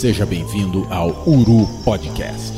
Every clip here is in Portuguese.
Seja bem-vindo ao Uru Podcast.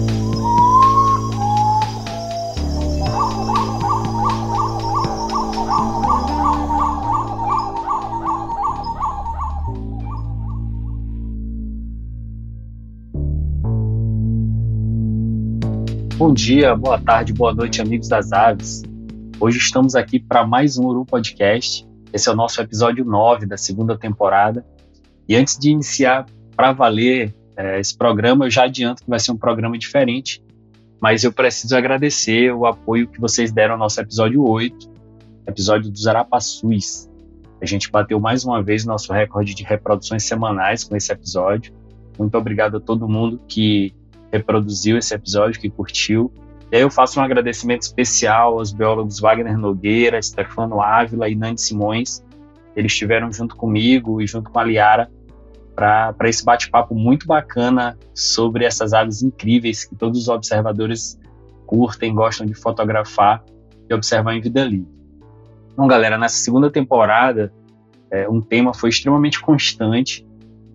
Bom dia, boa tarde, boa noite, amigos das aves. Hoje estamos aqui para mais um Uru Podcast. Esse é o nosso episódio 9 da segunda temporada. E antes de iniciar para valer esse programa, eu já adianto que vai ser um programa diferente, mas eu preciso agradecer o apoio que vocês deram ao nosso episódio 8, episódio dos Arapaçus. A gente bateu mais uma vez nosso recorde de reproduções semanais com esse episódio. Muito obrigado a todo mundo que reproduziu esse episódio, que curtiu. E aí eu faço um agradecimento especial aos biólogos Wagner Nogueira, Stefano Ávila e Nandi Simões. Eles estiveram junto comigo e junto com a Liara para esse bate-papo muito bacana sobre essas aves incríveis que todos os observadores curtem, gostam de fotografar e observar em vida livre. Então, galera, nessa segunda temporada, um tema foi extremamente constante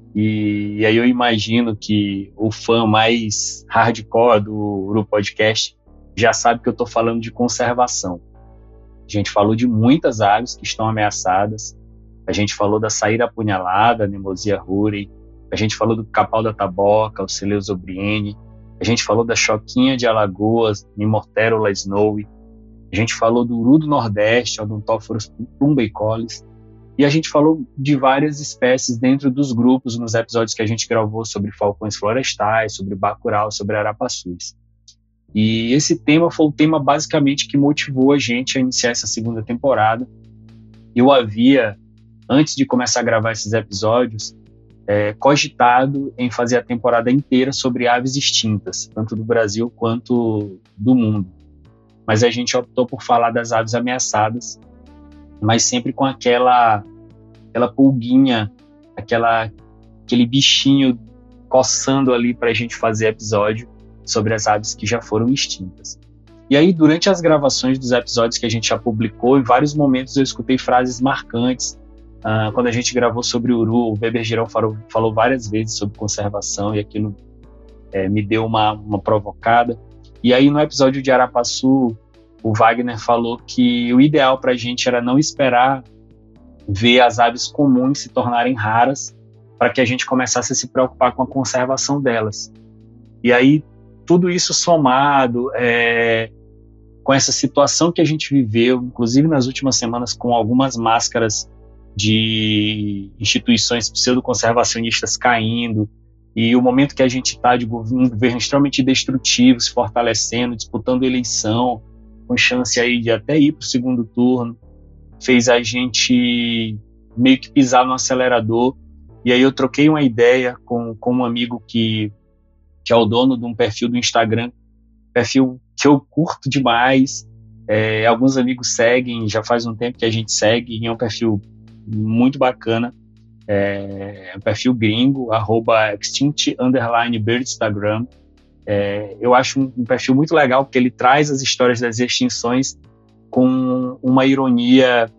e aí eu imagino que o fã mais hardcore do Uru Podcast já sabe que eu estou falando de conservação. A gente falou de muitas aves que estão ameaçadas. A gente falou da saíra apunhalada, Nemosia ruri. A gente falou do capau da taboca, o Celeus obriene. A gente falou da choquinha de Alagoas, Mimorterola snowy. A gente falou do uru do Nordeste, Odontophorus plumbeicollis. E a gente falou de várias espécies dentro dos grupos nos episódios que a gente gravou sobre falcões florestais, sobre bacurau, sobre arapaçus. E esse tema foi o tema basicamente que motivou a gente a iniciar essa segunda temporada. Eu havia, antes de começar a gravar esses episódios, cogitado em fazer a temporada inteira sobre aves extintas, tanto do Brasil quanto do mundo. Mas a gente optou por falar das aves ameaçadas, mas sempre com aquela pulguinha, aquele bichinho coçando ali para a gente fazer episódio sobre as aves que já foram extintas. E aí, durante as gravações dos episódios que a gente já publicou, em vários momentos eu escutei frases marcantes. Quando a gente gravou sobre o uru, o Weber Girão falou várias vezes sobre conservação e aquilo me deu uma provocada. E aí, no episódio de Arapaçu, o Wagner falou que o ideal para a gente era não esperar ver as aves comuns se tornarem raras para que a gente começasse a se preocupar com a conservação delas. E aí, tudo isso somado com essa situação que a gente viveu, inclusive nas últimas semanas, com algumas máscaras de instituições pseudo-conservacionistas caindo, e o momento que a gente está de um governo extremamente destrutivo, se fortalecendo, disputando eleição, com chance aí de até ir para o segundo turno, fez a gente meio que pisar no acelerador. E aí eu troquei uma ideia com um amigo que é o dono de um perfil do Instagram, perfil que eu curto demais, alguns amigos seguem, já faz um tempo que a gente segue, e é um perfil muito bacana, um perfil gringo, @extinct_birdstagram. Eu acho um perfil muito legal, porque ele traz as histórias das extinções com uma ironia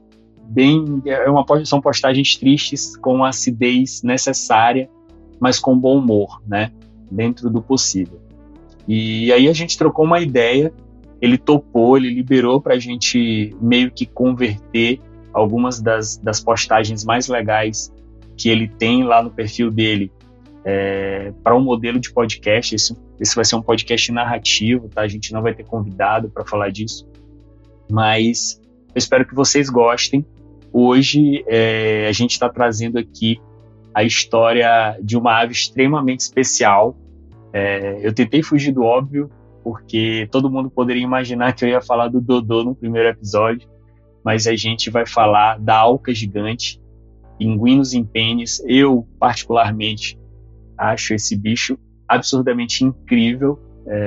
são postagens tristes com a acidez necessária, mas com bom humor, né? Dentro do possível. E aí a gente trocou uma ideia, ele topou, ele liberou para a gente meio que converter algumas das postagens mais legais que ele tem lá no perfil dele para um modelo de podcast. Esse vai ser um podcast narrativo, tá? A gente não vai ter convidado para falar disso, mas eu espero que vocês gostem. Hoje a gente está trazendo aqui a história de uma ave extremamente especial. Eu tentei fugir do óbvio, porque todo mundo poderia imaginar que eu ia falar do Dodô no primeiro episódio, mas a gente vai falar da auca gigante, Pinguinus impennis. Eu, particularmente, acho esse bicho absurdamente incrível.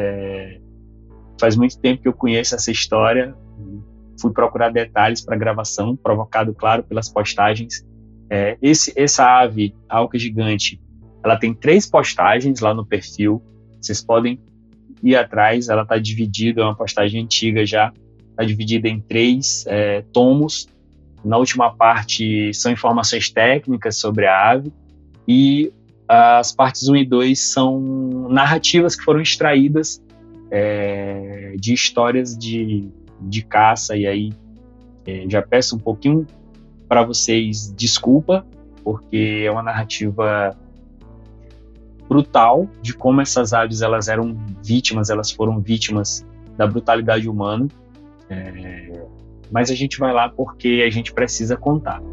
Faz muito tempo que eu conheço essa história, fui procurar detalhes para a gravação, provocado, claro, pelas postagens. Essa ave, a auca gigante, ela tem 3 postagens lá no perfil, vocês podem ir atrás, ela está dividida, é uma postagem antiga já, está dividida em 3 tomos. Na última parte são informações técnicas sobre a ave, e as partes 1 e 2 são narrativas que foram extraídas de histórias de caça, e aí já peço um pouquinho para vocês desculpa, porque é uma narrativa brutal de como essas aves elas foram vítimas da brutalidade humana, mas a gente vai lá porque a gente precisa contar.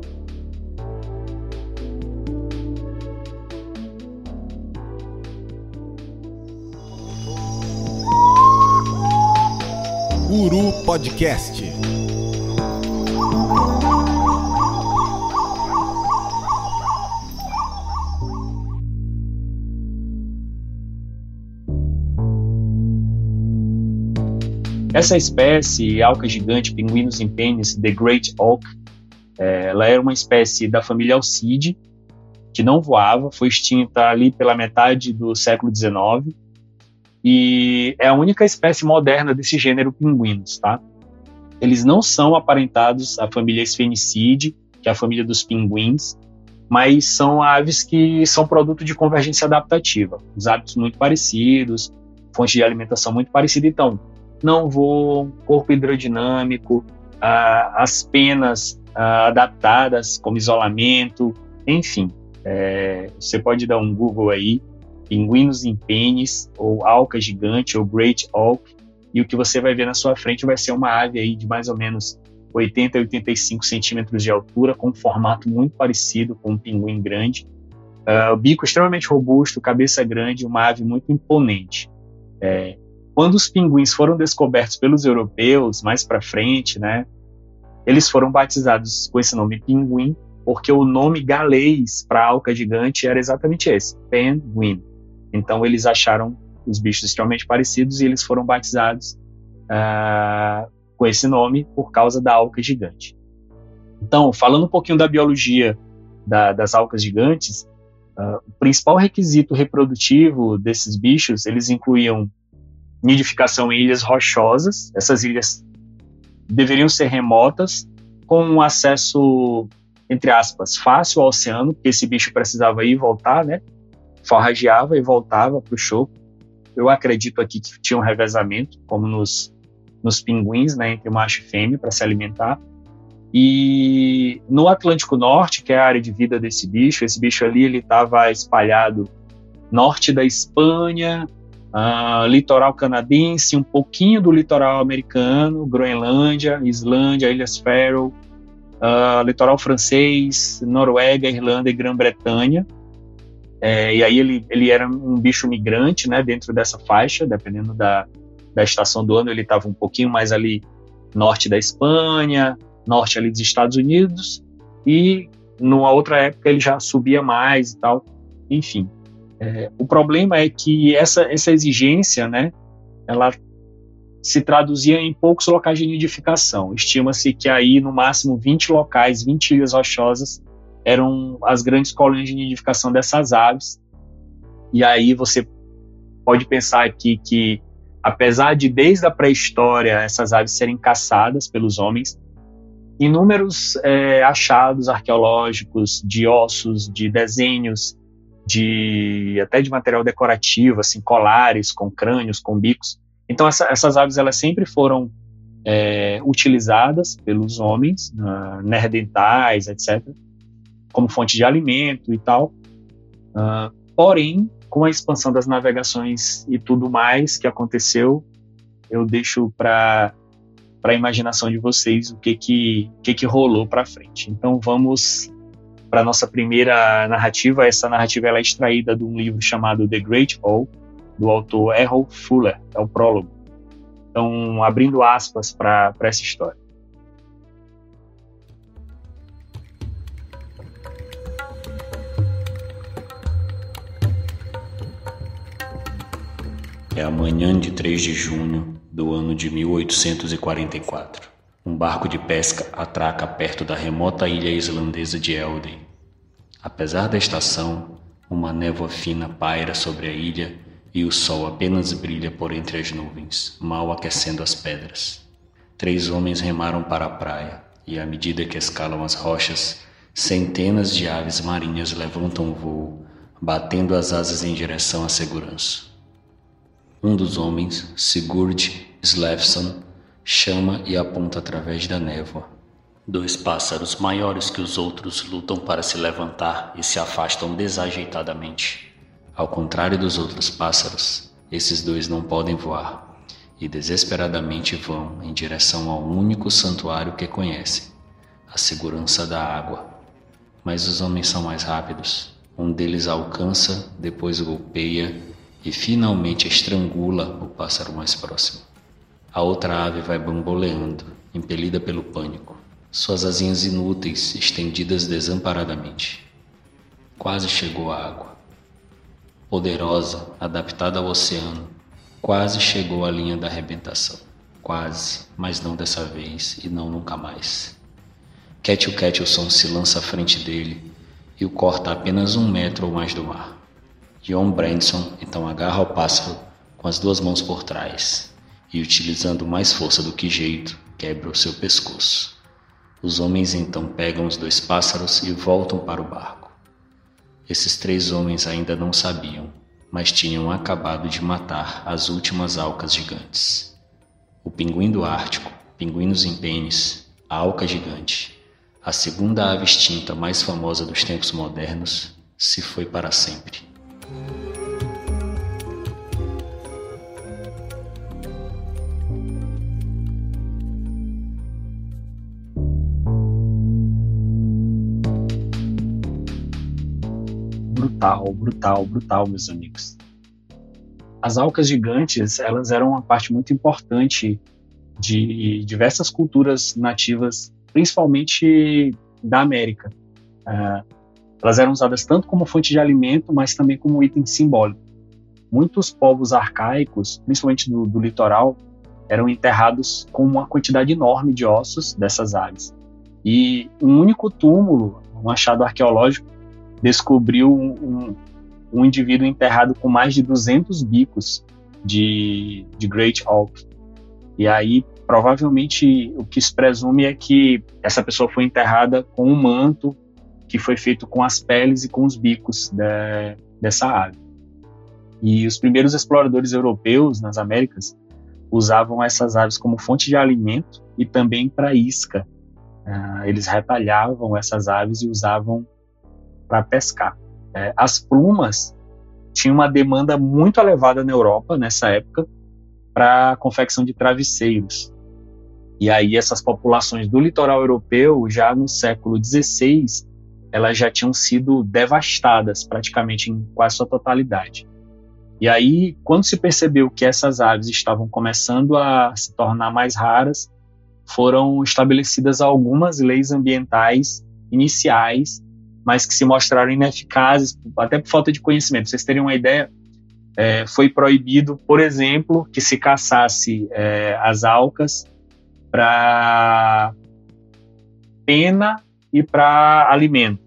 Uru Podcast. Essa espécie, alca gigante, Pinguinus impennis, the Great Auk, ela era uma espécie da família Alcide, que não voava, foi extinta ali pela metade do século XIX, e é a única espécie moderna desse gênero Pinguinus, tá? Eles não são aparentados à família Sphenicidae, que é a família dos pinguins, mas são aves que são produto de convergência adaptativa, os hábitos muito parecidos, fonte de alimentação muito parecida, então não voam, corpo hidrodinâmico, as penas adaptadas como isolamento, enfim, você pode dar um Google aí, Pinguinus impennis, ou alca gigante, ou Great Auk, e o que você vai ver na sua frente vai ser uma ave aí de mais ou menos 80 a 85 centímetros de altura, com um formato muito parecido com um pinguim grande, o bico extremamente robusto, cabeça grande, uma ave muito imponente. Quando os pinguins foram descobertos pelos europeus, mais para frente, né, eles foram batizados com esse nome pinguim, porque o nome galês para alca gigante era exatamente esse, penguin. Então eles acharam os bichos extremamente parecidos e eles foram batizados com esse nome por causa da alca gigante. Então, falando um pouquinho da biologia das alcas gigantes, o principal requisito reprodutivo desses bichos, eles incluíam nidificação em ilhas rochosas. Essas ilhas deveriam ser remotas, com um acesso, entre aspas, fácil ao oceano, porque esse bicho precisava ir e voltar, né? Forrageava e voltava para o choco. Eu acredito aqui que tinha um revezamento, como nos pinguins, né, entre macho e fêmea, para se alimentar. E no Atlântico Norte, que é a área de vida desse bicho, esse bicho ali ele estava espalhado norte da Espanha, litoral canadense, um pouquinho do litoral americano, Groenlândia, Islândia, Ilhas Faroe, litoral francês, Noruega, Irlanda e Grã-Bretanha. E aí ele era um bicho migrante, né, dentro dessa faixa, dependendo da estação do ano, ele estava um pouquinho mais ali norte da Espanha, norte ali dos Estados Unidos, e numa outra época ele já subia mais e tal, enfim. O problema é que essa exigência, né, ela se traduzia em poucos locais de nidificação. Estima-se que aí no máximo 20 locais, 20 ilhas rochosas eram as grandes colônias de nidificação dessas aves. E aí você pode pensar aqui que, apesar de desde a pré-história essas aves serem caçadas pelos homens, inúmeros achados arqueológicos de ossos, de desenhos, até de material decorativo, assim, colares com crânios, com bicos. Então essas aves elas sempre foram utilizadas pelos homens, nerdentais, etc., como fonte de alimento e tal. Porém, com a expansão das navegações e tudo mais que aconteceu, eu deixo para a imaginação de vocês o que rolou para frente. Então vamos para a nossa primeira narrativa. Essa narrativa ela é extraída de um livro chamado The Great Auk, do autor Errol Fuller, é o prólogo. Então, abrindo aspas para essa história. É a manhã de 3 de junho do ano de 1844. Um barco de pesca atraca perto da remota ilha islandesa de Eldey. Apesar da estação, uma névoa fina paira sobre a ilha e o sol apenas brilha por entre as nuvens, mal aquecendo as pedras. 3 homens remaram para a praia e, à medida que escalam as rochas, centenas de aves marinhas levantam voo, batendo as asas em direção à segurança. Um dos homens, Sigurd Slefson, chama e aponta através da névoa. 2 pássaros maiores que os outros lutam para se levantar e se afastam desajeitadamente. Ao contrário dos outros pássaros, esses 2 não podem voar e desesperadamente vão em direção ao único santuário que conhecem, a segurança da água. Mas os homens são mais rápidos. Um deles alcança, depois golpeia e finalmente estrangula o pássaro mais próximo. A outra ave vai bamboleando, impelida pelo pânico, suas asinhas inúteis estendidas desamparadamente. Quase chegou à água. Poderosa, adaptada ao oceano, quase chegou à linha da arrebentação. Quase, mas não dessa vez e não nunca mais. Ketchum se lança à frente dele e o corta a apenas 1 metro ou mais do mar. John Branson então agarra o pássaro com as 2 mãos por trás e, utilizando mais força do que jeito, quebra o seu pescoço. Os homens então pegam os 2 pássaros e voltam para o barco. Esses 3 homens ainda não sabiam, mas tinham acabado de matar as últimas alcas gigantes. O pinguim do Ártico, Pinguinus impennis, a alca gigante, a segunda ave extinta mais famosa dos tempos modernos, se foi para sempre. Brutal, meus amigos. As alcas gigantes, elas eram uma parte muito importante de diversas culturas nativas, principalmente da América. Elas eram usadas tanto como fonte de alimento, mas também como item simbólico. Muitos povos arcaicos, principalmente do litoral, eram enterrados com uma quantidade enorme de ossos dessas aves. E um único túmulo, um achado arqueológico, descobriu um indivíduo enterrado com mais de 200 bicos de Great Auk. E aí, provavelmente, o que se presume é que essa pessoa foi enterrada com um manto que foi feito com as peles e com os bicos dessa ave. E os primeiros exploradores europeus nas Américas usavam essas aves como fonte de alimento e também para isca. Eles retalhavam essas aves e usavam para pescar. As plumas tinham uma demanda muito elevada na Europa nessa época para a confecção de travesseiros. E aí essas populações do litoral europeu, já no século XVI, elas já tinham sido devastadas praticamente em quase sua totalidade. E aí, quando se percebeu que essas aves estavam começando a se tornar mais raras, foram estabelecidas algumas leis ambientais iniciais, mas que se mostraram ineficazes, até por falta de conhecimento. Pra vocês terem uma ideia, foi proibido, por exemplo, que se caçasse as alcas para pena e para alimento.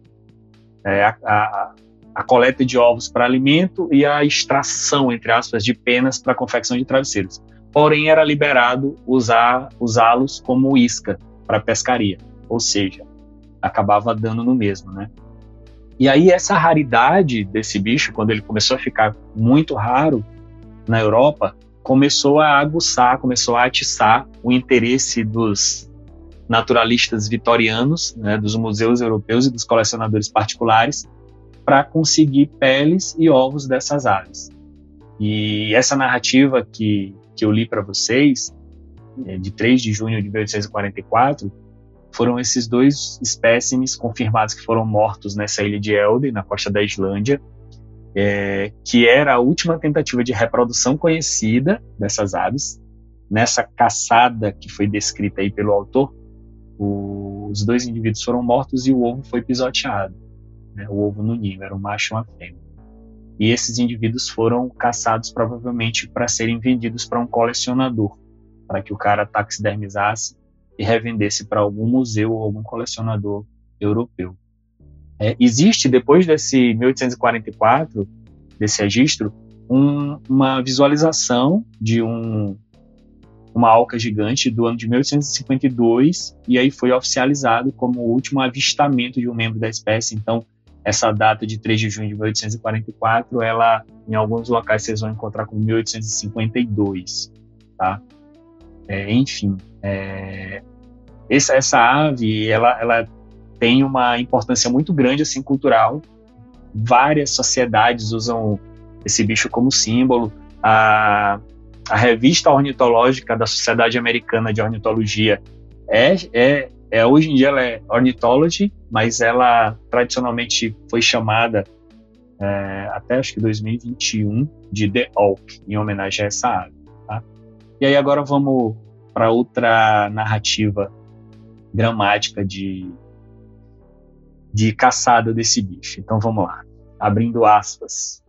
A coleta de ovos para alimento e a extração, entre aspas, de penas para confecção de travesseiros. Porém, era liberado usá-los como isca para pescaria, ou seja, acabava dando no mesmo, né? E aí essa raridade desse bicho, quando ele começou a ficar muito raro na Europa, começou a aguçar, começou a atiçar o interesse dos naturalistas vitorianos, né, dos museus europeus e dos colecionadores particulares, para conseguir peles e ovos dessas aves. E essa narrativa que eu li para vocês, de 3 de junho de 1844, foram esses 2 espécimes confirmados que foram mortos nessa ilha de Eldey, na costa da Islândia, que era a última tentativa de reprodução conhecida dessas aves. Nessa caçada que foi descrita aí pelo autor, os 2 indivíduos foram mortos e o ovo foi pisoteado, né? O ovo no ninho, era um macho e uma fêmea. E esses indivíduos foram caçados provavelmente para serem vendidos para um colecionador, para que o cara taxidermizasse e revendesse para algum museu ou algum colecionador europeu. Existe, depois desse 1844, desse registro, uma visualização de uma alca gigante do ano de 1852, e aí foi oficializado como o último avistamento de um membro da espécie. Então, essa data de 3 de junho de 1844, ela, em alguns locais vocês vão encontrar como 1852, tá? Enfim, essa ave, ela tem uma importância muito grande, assim, cultural. Várias sociedades usam esse bicho como símbolo. A revista ornitológica da Sociedade Americana de Ornitologia hoje em dia ela é Ornithology, mas ela tradicionalmente foi chamada até acho que 2021 de The Auk, em homenagem a essa ave, tá? E aí agora vamos para outra narrativa gramática de caçada desse bicho. Então vamos lá, abrindo aspas.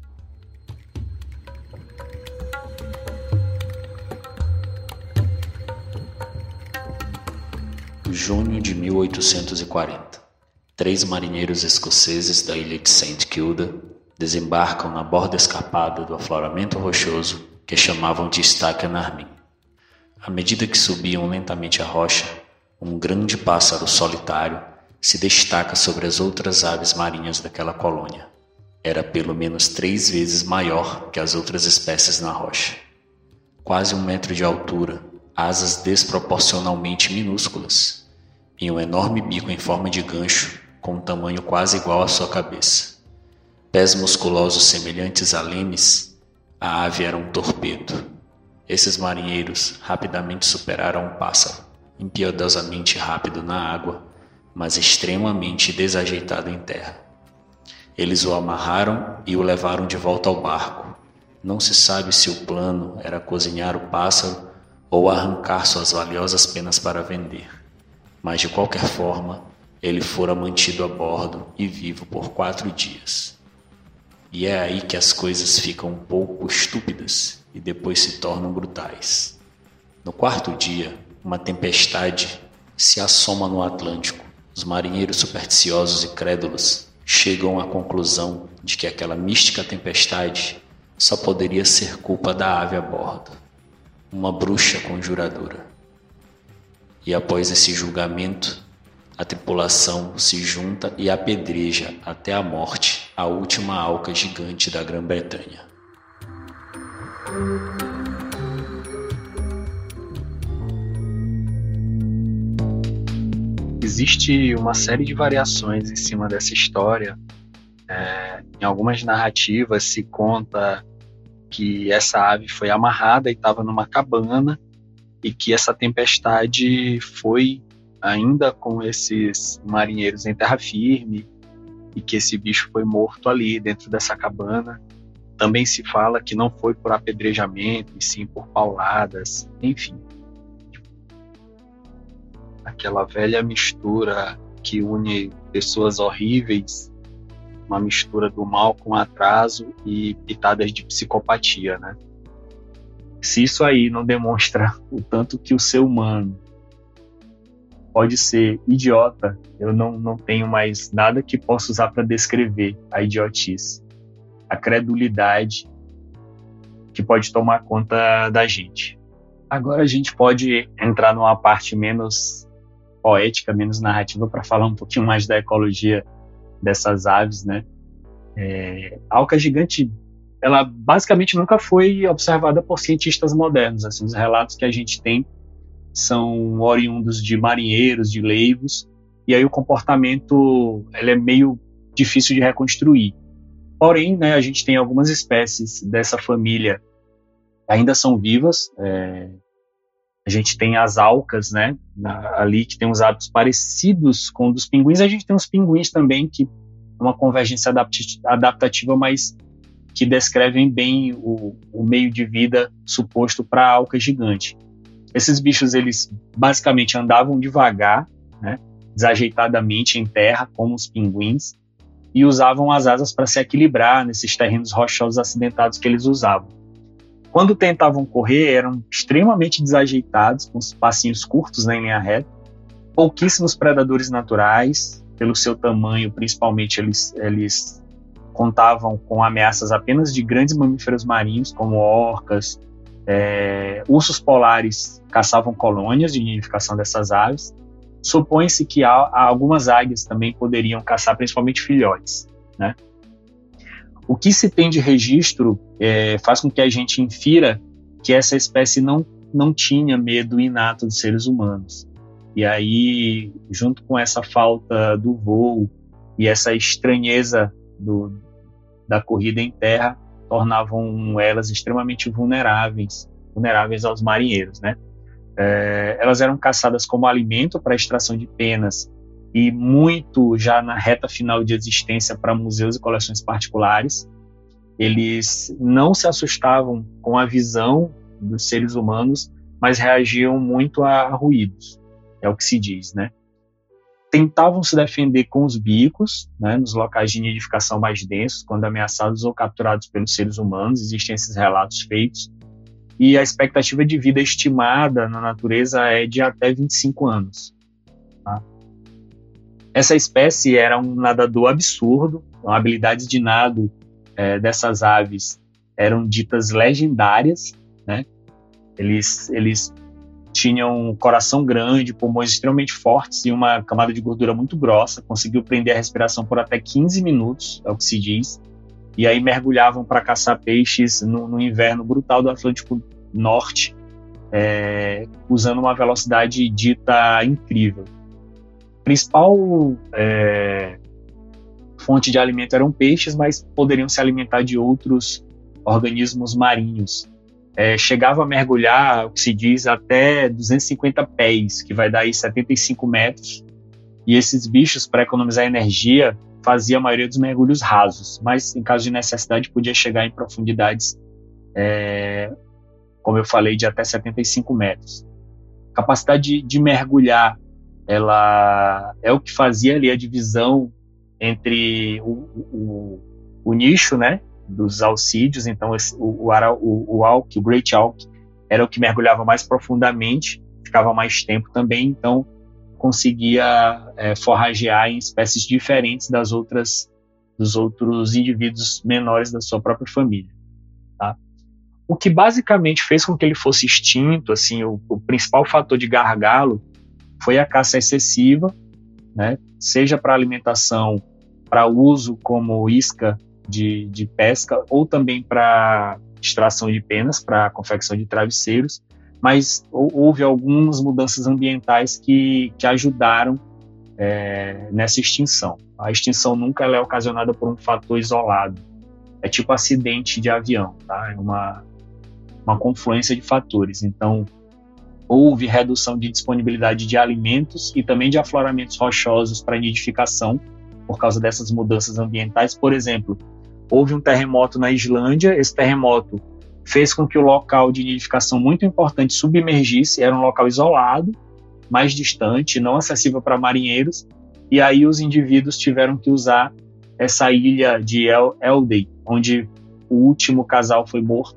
Junho de 1840. 3 marinheiros escoceses da ilha de St. Kilda desembarcam na borda escarpada do afloramento rochoso que chamavam de Stacken-Armyn. À medida que subiam lentamente a rocha, um grande pássaro solitário se destaca sobre as outras aves marinhas daquela colônia. Era pelo menos 3 vezes maior que as outras espécies na rocha. Quase 1 metro de altura, asas desproporcionalmente minúsculas e um enorme bico em forma de gancho com um tamanho quase igual à sua cabeça. Pés musculosos semelhantes a lemes, a ave era um torpedo. Esses marinheiros rapidamente superaram um pássaro, impiedosamente rápido na água, mas extremamente desajeitado em terra. Eles o amarraram e o levaram de volta ao barco. Não se sabe se o plano era cozinhar o pássaro ou arrancar suas valiosas penas para vender. Mas, de qualquer forma, ele fora mantido a bordo e vivo por 4 dias. E é aí que as coisas ficam um pouco estúpidas e depois se tornam brutais. No 4º dia, uma tempestade se assoma no Atlântico. Os marinheiros supersticiosos e crédulos chegam à conclusão de que aquela mística tempestade só poderia ser culpa da ave a bordo, uma bruxa conjuradora. E após esse julgamento, a tripulação se junta e apedreja até a morte a última auca gigante da Grã-Bretanha. Existe uma série de variações em cima dessa história. Em algumas narrativas se conta que essa ave foi amarrada e estava numa cabana e que essa tempestade foi ainda com esses marinheiros em terra firme e que esse bicho foi morto ali dentro dessa cabana. Também se fala que não foi por apedrejamento e sim por pauladas, enfim. Aquela velha mistura que une pessoas horríveis, uma mistura do mal com atraso e pitadas de psicopatia, né? Se isso aí não demonstra o tanto que o ser humano pode ser idiota, eu não tenho mais nada que possa usar para descrever a idiotice, a credulidade que pode tomar conta da gente. Agora a gente pode entrar numa parte menos poética, menos narrativa, para falar um pouquinho mais da ecologia dessas aves, né? A auca gigante, ela basicamente nunca foi observada por cientistas modernos. Assim, os relatos que a gente tem são oriundos de marinheiros, de leigos, e aí o comportamento ele é meio difícil de reconstruir. Porém, né, a gente tem algumas espécies dessa família que ainda são vivas. A gente tem as aucas, né, ali que tem uns hábitos parecidos com os dos pinguins. A gente tem os pinguins também, que é uma convergência adaptativa, mas que descrevem bem o meio de vida suposto para a auca gigante. Esses bichos, eles basicamente andavam devagar, né, desajeitadamente em terra, como os pinguins, e usavam as asas para se equilibrar nesses terrenos rochosos acidentados que eles usavam. Quando tentavam correr, eram extremamente desajeitados, com os passinhos curtos, né, em linha reta. Pouquíssimos predadores naturais, pelo seu tamanho, principalmente, eles contavam com ameaças apenas de grandes mamíferos marinhos, como orcas. Ursos polares caçavam colônias de nidificação dessas aves. supõe-se que algumas águias também poderiam caçar principalmente filhotes, né? O que se tem de registro faz com que a gente infira que essa espécie não tinha medo inato dos seres humanos. E aí, junto com essa falta do voo e essa estranheza da corrida em terra, tornavam elas extremamente vulneráveis aos marinheiros, né? Elas eram caçadas como alimento para extração de penas e muito já na reta final de existência para museus e coleções particulares. Eles não se assustavam com a visão dos seres humanos, mas reagiam muito a ruídos, é o que se diz, né? Tentavam se defender com os bicos, né, nos locais de nidificação mais densos, quando ameaçados ou capturados pelos seres humanos. Existem esses relatos feitos. E a expectativa de vida estimada na natureza é de até 25 anos. Tá? Essa espécie era um nadador absurdo. Então, habilidades de nado dessas aves eram ditas legendárias, né? Eles tinham um coração grande, pulmões extremamente fortes e uma camada de gordura muito grossa. Conseguiu prender a respiração por até 15 minutos, é o que se diz. E aí mergulhavam para caçar peixes no inverno brutal do Atlântico Norte, usando uma velocidade dita incrível. A principal fonte de alimento eram peixes, mas poderiam se alimentar de outros organismos marinhos. Chegava a mergulhar, o que se diz, até 250 pés, que vai dar aí 75 metros. E esses bichos, para economizar energia, fazia a maioria dos mergulhos rasos, mas em caso de necessidade podia chegar em profundidades, como eu falei, de até 75 metros. A capacidade de mergulhar, ela é o que fazia ali a divisão entre o nicho, né, dos alcídeos. Então o auk, o Great Auk, era o que mergulhava mais profundamente, ficava mais tempo também, então conseguia forragear em espécies diferentes dos outros indivíduos menores da sua própria família. Tá? O que basicamente fez com que ele fosse extinto, assim, o principal fator de gargalo foi a caça excessiva, né? Seja para alimentação, para uso como isca de pesca, ou também para extração de penas, para confecção de travesseiros. Mas houve algumas mudanças ambientais que ajudaram nessa extinção. A extinção nunca é ocasionada por um fator isolado. É tipo acidente de avião, tá? É uma confluência de fatores. Então, houve redução de disponibilidade de alimentos e também de afloramentos rochosos para nidificação por causa dessas mudanças ambientais. Por exemplo, houve um terremoto na Islândia. Esse terremoto fez com que o local de nidificação muito importante submergisse. Era um local isolado, mais distante, não acessível para marinheiros, e aí os indivíduos tiveram que usar essa ilha de Eldey, onde o último casal foi morto,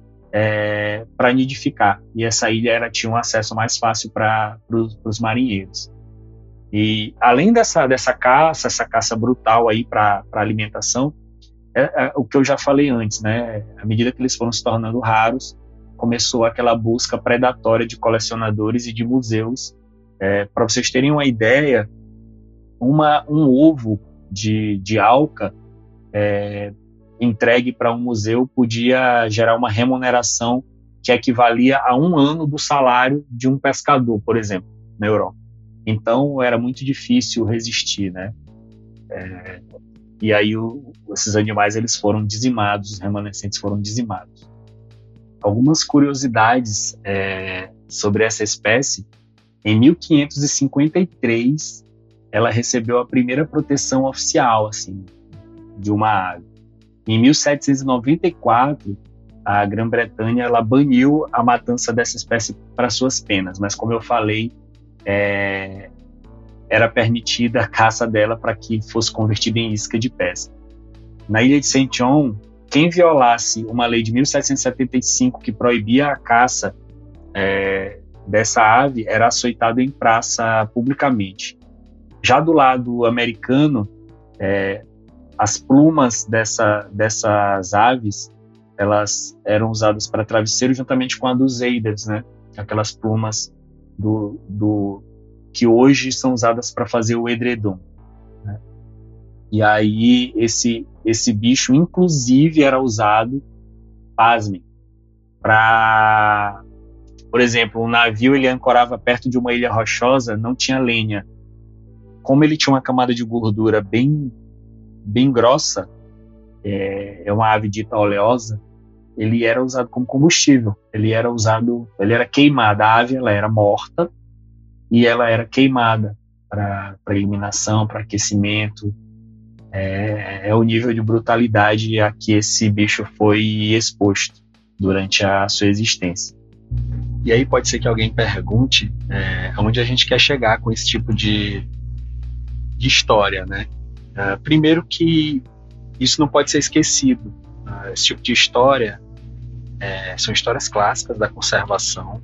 para nidificar. E essa ilha tinha um acesso mais fácil para os marinheiros. E além dessa caça, essa caça brutal aí para alimentação, o que eu já falei antes, né? À medida que eles foram se tornando raros, começou aquela busca predatória de colecionadores e de museus. Para vocês terem uma ideia, um ovo de alca entregue para um museu podia gerar uma remuneração que equivalia a 1 ano do salário de um pescador, por exemplo, na Europa. Então era muito difícil resistir, né? E aí esses animais eles foram dizimados, os remanescentes foram dizimados. Algumas curiosidades sobre essa espécie: em 1553 ela recebeu a primeira proteção oficial, assim, de uma ave. Em 1794 a Grã-Bretanha ela baniu a matança dessa espécie para suas penas, mas como eu falei, era permitida a caça dela para que fosse convertida em isca de pesca. Na ilha de Saint John, quem violasse uma lei de 1775 que proibia a caça dessa ave era açoitado em praça publicamente. Já do lado americano, as plumas dessas aves, elas eram usadas para travesseiro juntamente com a dos eiders, né? Aquelas plumas que hoje são usadas para fazer o edredom, né? E aí esse bicho, inclusive, era usado, pasmem, para, por exemplo, um navio ele ancorava perto de uma ilha rochosa, não tinha lenha. Como ele tinha uma camada de gordura bem grossa, é uma ave dita oleosa, ele era usado como combustível. Ele era queimado. A ave ela era morta e ela era queimada para eliminação, para aquecimento. É o nível de brutalidade a que esse bicho foi exposto durante a sua existência. E aí pode ser que alguém pergunte aonde a gente quer chegar com esse tipo de história, né? Primeiro que isso não pode ser esquecido. Esse tipo de história são histórias clássicas da conservação.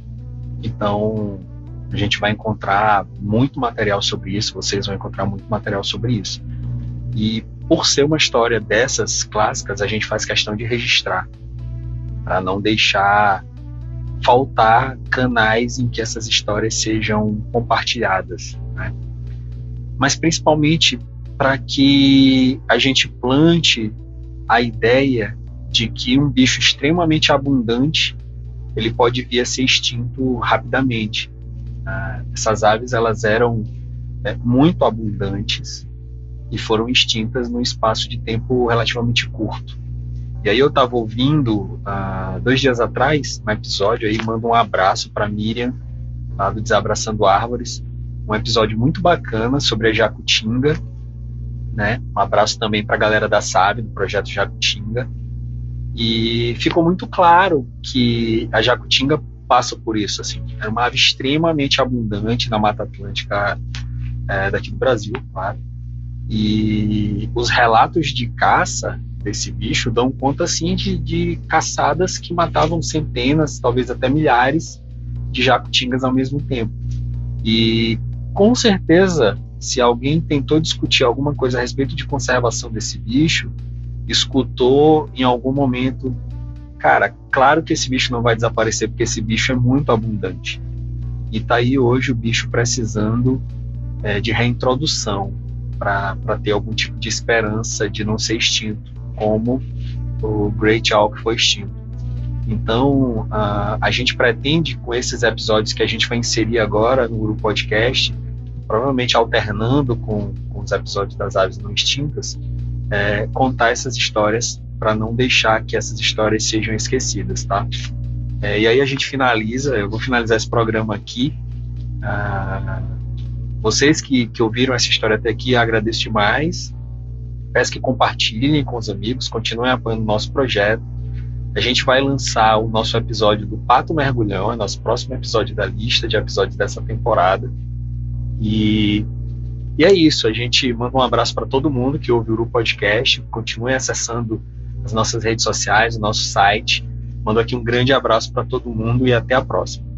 Então a gente vai encontrar muito material sobre isso, vocês vão encontrar muito material sobre isso. E por ser uma história dessas clássicas, a gente faz questão de registrar, para não deixar faltar canais em que essas histórias sejam compartilhadas, né? Mas principalmente para que a gente plante a ideia de que um bicho extremamente abundante ele pode vir a ser extinto rapidamente. Essas aves elas eram muito abundantes e foram extintas num espaço de tempo relativamente curto. E aí eu estava ouvindo 2 dias atrás um episódio, aí mando um abraço para Miriam, do Desabraçando Árvores, um episódio muito bacana sobre a jacutinga, né? Um abraço também para a galera da SAB, do projeto Jacutinga. E ficou muito claro que a jacutinga passa por isso, assim. Era uma ave extremamente abundante na Mata Atlântica daqui do Brasil, claro. E os relatos de caça desse bicho dão conta, assim, de caçadas que matavam centenas, talvez até milhares de jacutingas ao mesmo tempo. E, com certeza, se alguém tentou discutir alguma coisa a respeito de conservação desse bicho, escutou em algum momento, cara, claro que esse bicho não vai desaparecer, porque esse bicho é muito abundante. E tá aí hoje o bicho precisando de reintrodução para ter algum tipo de esperança de não ser extinto, como o Great Auk foi extinto. Então, a gente pretende, com esses episódios que a gente vai inserir agora no Uru Podcast, provavelmente alternando com os episódios das aves não extintas, contar essas histórias para não deixar que essas histórias sejam esquecidas, tá? E aí a gente finaliza, eu vou finalizar esse programa aqui. Vocês que ouviram essa história até aqui, agradeço demais. Peço que compartilhem com os amigos, continuem apoiando o nosso projeto. A gente vai lançar o nosso episódio do Pato Mergulhão, é nosso próximo episódio da lista de episódios dessa temporada. E é isso, a gente manda um abraço para todo mundo que ouve o Uru Podcast, continue acessando as nossas redes sociais, o nosso site. Mando aqui um grande abraço para todo mundo e até a próxima.